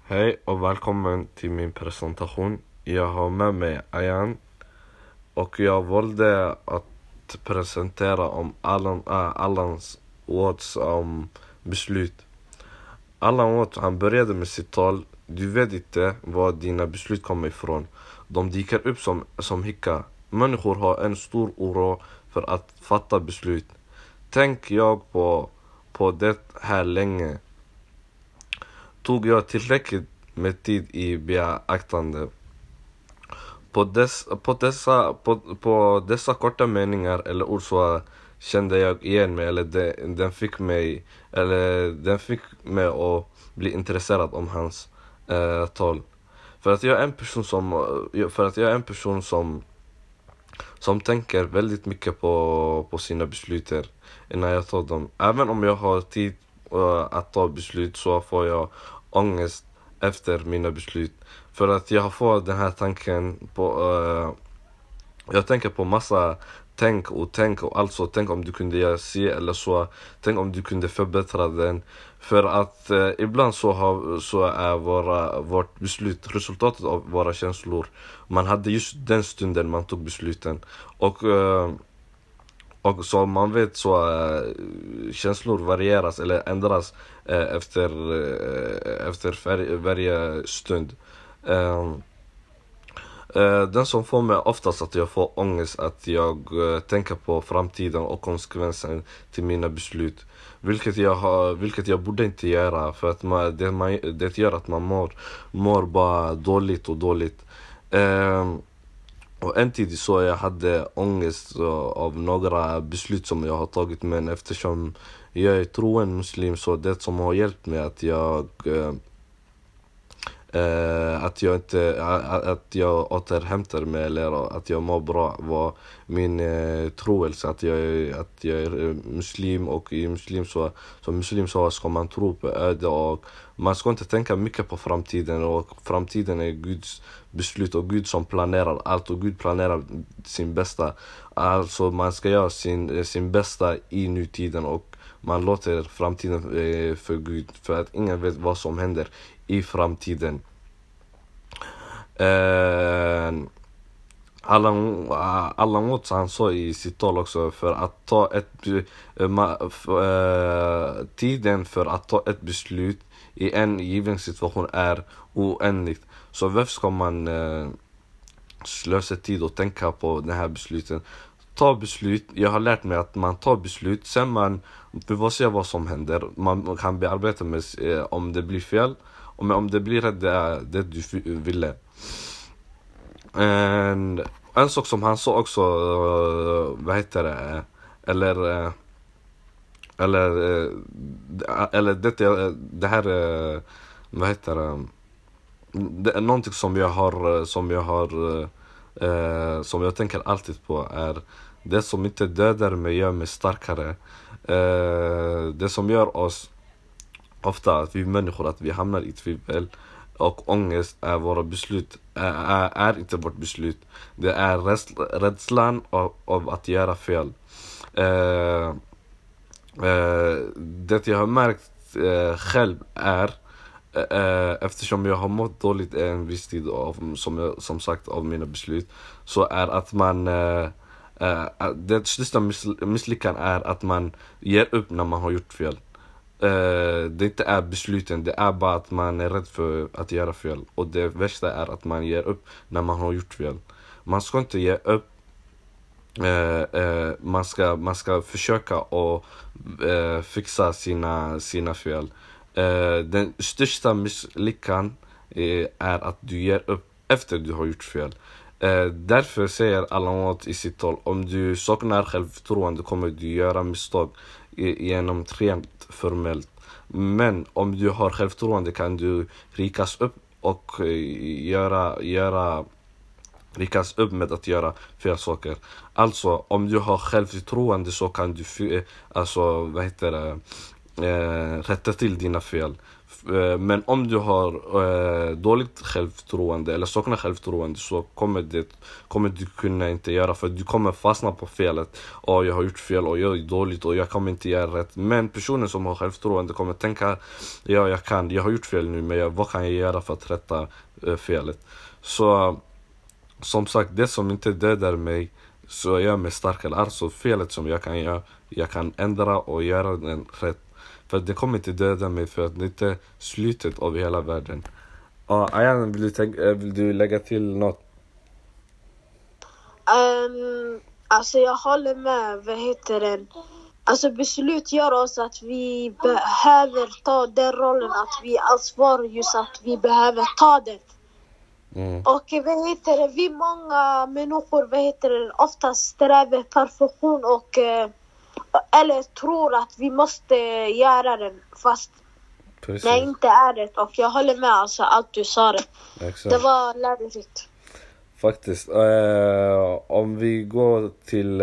Hej och välkommen till min presentation. Jag har med mig Ayan och jag valde att presentera om Alan Watts beslut. Alan Watts, han började med sitt tal. Du vet inte var dina beslut kommer ifrån. De dyker upp som hicka. Människor har en stor oro för att fatta beslut. Tänk jag på det här länge. Tog jag tillräckligt med tid i beaktande. På dessa korta meningar eller ord så kände jag igen mig, eller den fick mig att bli intresserad om hans tal. För att jag är en person som tänker väldigt mycket på sina beslut innan jag tar dem. Även om jag har tid att ta beslut så får jag ångest efter mina beslut. För att jag får den här tanken jag tänker på massa tänk och alltså tänk om du kunde göra se eller så. Tänk om du kunde förbättra den. För att ibland så är vårt beslut resultatet av våra känslor. Man hade just den stunden man tog besluten. Och som man vet så känslor varieras eller ändras efter varje stund. Den som får mig oftast att jag får ångest att jag tänker på framtiden och konsekvensen till mina beslut. Vilket jag borde inte göra, för att det gör att man mår bara dåligt. Och en tid så jag hade ångest av några beslut som jag har tagit, men eftersom jag är troende muslim så det som har hjälpt mig att jag återhämtar mig eller att jag mår bra var min troelse, att jag är muslim, och i muslim så ska man tro på öde och man ska inte tänka mycket på framtiden, och framtiden är Guds beslut och Gud som planerar allt, och Gud planerar sin bästa. Alltså man ska göra sin bästa i nutiden och man låter framtiden för Gud, för att ingen vet vad som händer i framtiden. Alan Watts, han sa i sitt tal också, för att ta tiden för att ta ett beslut i en given situation är oändligt. Så varför ska man slösa tid och tänka på den här besluten? Ta beslut. Jag har lärt mig att man tar beslut, sen vi får se vad som händer. Man kan bearbeta med om det blir fel, om det blir det du ville. En sak som han sa också, det är någonting som jag tänker alltid på är: det som inte dödar mig gör mig starkare. Det som gör oss ofta att vi människor att vi hamnar i tvivel och ångest är våra beslut, är inte vårt beslut. Det är rädslan av att göra fel. Det jag har märkt själv är, eftersom jag har mått dåligt en viss tid som sagt av mina beslut, så är att man det största misslyckan är att man ger upp när man har gjort fel. Det inte är besluten, det är bara att man är rädd för att göra fel. Och det värsta är att man ger upp när man har gjort fel. Man ska inte ge upp. Man ska försöka att fixa sina fel. Den största misslyckan är att du ger upp efter du har gjort fel. Därför säger Alan Watts i sitt tal: om du saknar självförtroende kommer du göra misstag genom rent formellt. Men om du har självförtroende kan du rikas upp och rikas upp med att göra fel saker. Alltså om du har självförtroende så kan du rätta till dina fel. Men om du har dåligt självförtroende eller saknar självförtroende, så kommer du kunna inte göra, för du kommer fastna på felet. Och jag har gjort fel och jag är dåligt och jag kommer inte göra rätt. Men personen som har självförtroende kommer tänka, ja, jag har gjort fel nu, men vad kan jag göra för att rätta felet? Så som sagt, det som inte dödar mig så gör mig starkare. Alltså felet som jag kan göra, jag kan ändra och göra den rätt. För det kommer inte döda mig, för att det inte är slutet av hela världen. Ayan, vill du lägga till något? Alltså jag håller med, Alltså beslut gör oss att vi behöver ta den rollen, att vi är ansvar just att vi behöver ta den. Och vi många människor oftast strävar perfektion och eller tror att vi måste göra den, fast det inte är det. Och jag håller med, alltså allt du sa det. Exakt. Det var lärorikt. Faktiskt. Om vi går till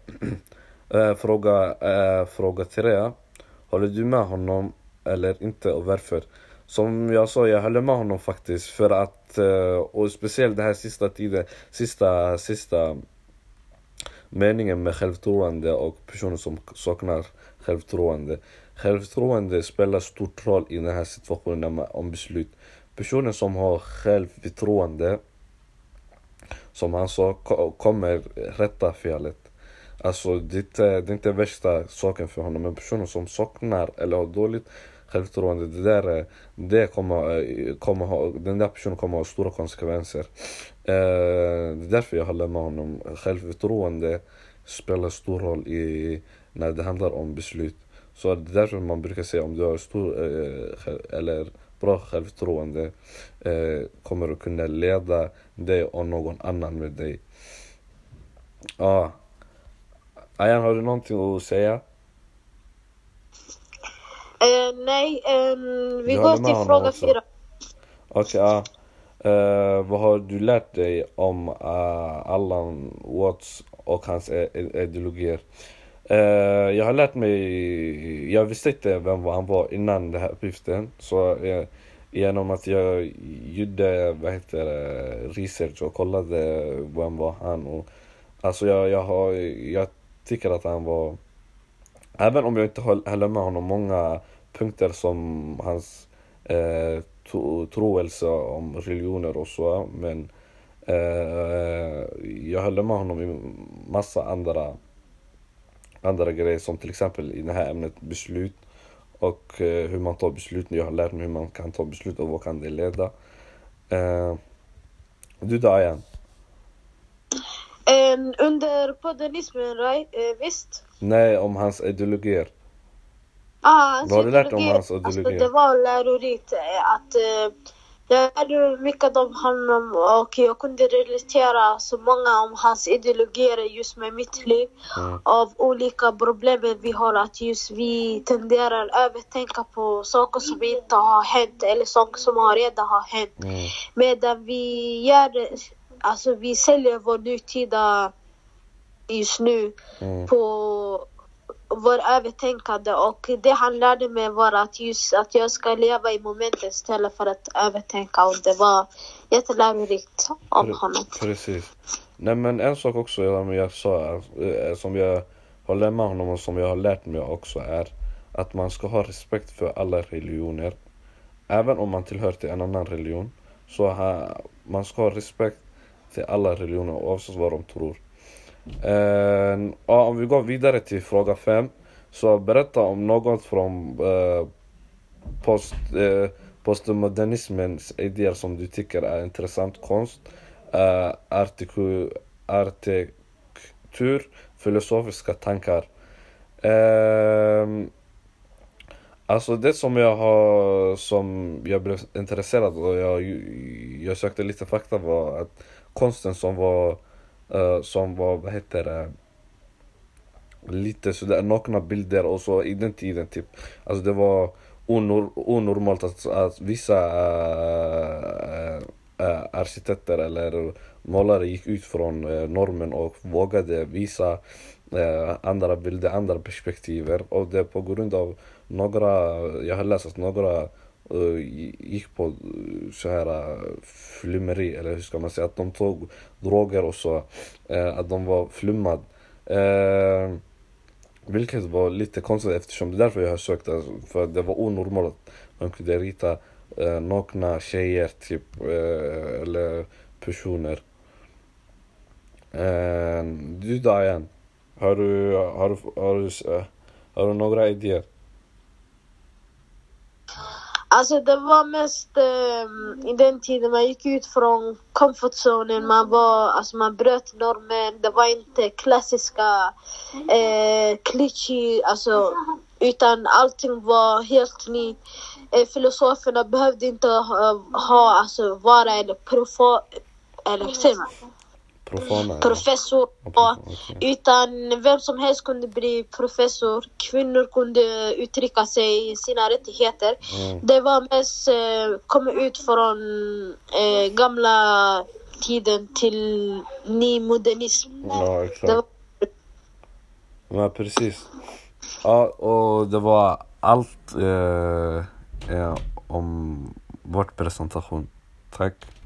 fråga 3. Håller du med honom eller inte, och varför? Som jag sa, jag håller med honom faktiskt. För att, och speciellt det här sista meningen med självförtroende och personer som saknar självförtroende. Självförtroende spelar stort roll i den här situationen om beslut. Personer som har självförtroende, som han sa, kommer rätta felet. Alltså det är inte värsta saken för honom. Men personer som saknar eller har dåligt självförtroende, den där personen kommer ha stora konsekvenser. Det är därför jag håller med honom. Självförtroende spelar stor roll när det handlar om beslut. Så det är därför man brukar säga, om du har stor eller bra självförtroende, kommer du kunna leda dig och någon annan med dig. Ayan, har du någonting att säga? Nej, vi går till fråga 4. Okej, vad har du lärt dig om Alan Watts och hans ideologier? Jag har lärt mig, jag visste inte vem han var innan det här uppgiften, så genom att jag gjorde research och kollade vem var han, och alltså jag tycker att han var, även om jag inte håller med honom många punkter som hans troelse om religioner och så, men jag håller med honom i massa andra grejer, som till exempel i det här ämnet beslut och hur man tar beslut. Jag har lärt mig hur man kan ta beslut och vad kan det leda. Du då, Ayan? Under poddenismen, right? Visst? Nej, om hans ideologier. Hans vad har du lärt om hans ideologier? Alltså, det var lärorikt att jag lärde mycket om honom, och jag kunde relatera så många om hans ideologier just med mitt liv. Av olika problem vi har, att just vi tenderar att övertänka på saker som inte har hänt eller saker som redan har hänt. Medan vi gör det, alltså vi säljer vår nutida just nu på vår övertänkande, och det han lärde mig var att jag ska leva i momentet istället för att övertänka, och det var jättelärorikt om honom. Precis. Nej, men en sak också som jag sa, som jag håller med honom och som jag har lärt mig också, är att man ska ha respekt för alla religioner. Även om man tillhör till en annan religion, så man ska ha respekt till alla religioner oavsett vad de tror. Om vi går vidare till fråga 5, så berätta om något från postmodernismens idéer som du tycker är intressant: konst, arkitektur, filosofiska tankar. Alltså det som jag blev intresserad och jag sökte lite fakta var att konsten som var lite sådär nakna bilder och så i den tiden typ. Alltså det var onormalt att vissa arkitekter eller målare gick ut från normen och vågade visa andra bilder, andra perspektiver. Och det på grund av jag har läst att några gick på så här flummeri, eller hur ska man säga, att de tog droger och så, att de var flummad. Vilket var lite konstigt, eftersom det är därför jag har sökt, för det var onormalt att man kunde rita nakna tjejer typ, eller personer. Du Dayan, har du några idéer? Alltså det var mest i den tiden man gick ut från comfortzonen, man bröt normen. Det var inte klassiska klyschor, alltså, utan allting var helt nytt. Filosoferna behövde inte vara professor, utan vem som helst kunde bli professor. Kvinnor kunde uttrycka sig i sina rättigheter. Det var mest komma ut från gamla tiden till ny modernism. Ja, exakt. Ja, precis. Ja, och det var allt om vår presentation. Tack.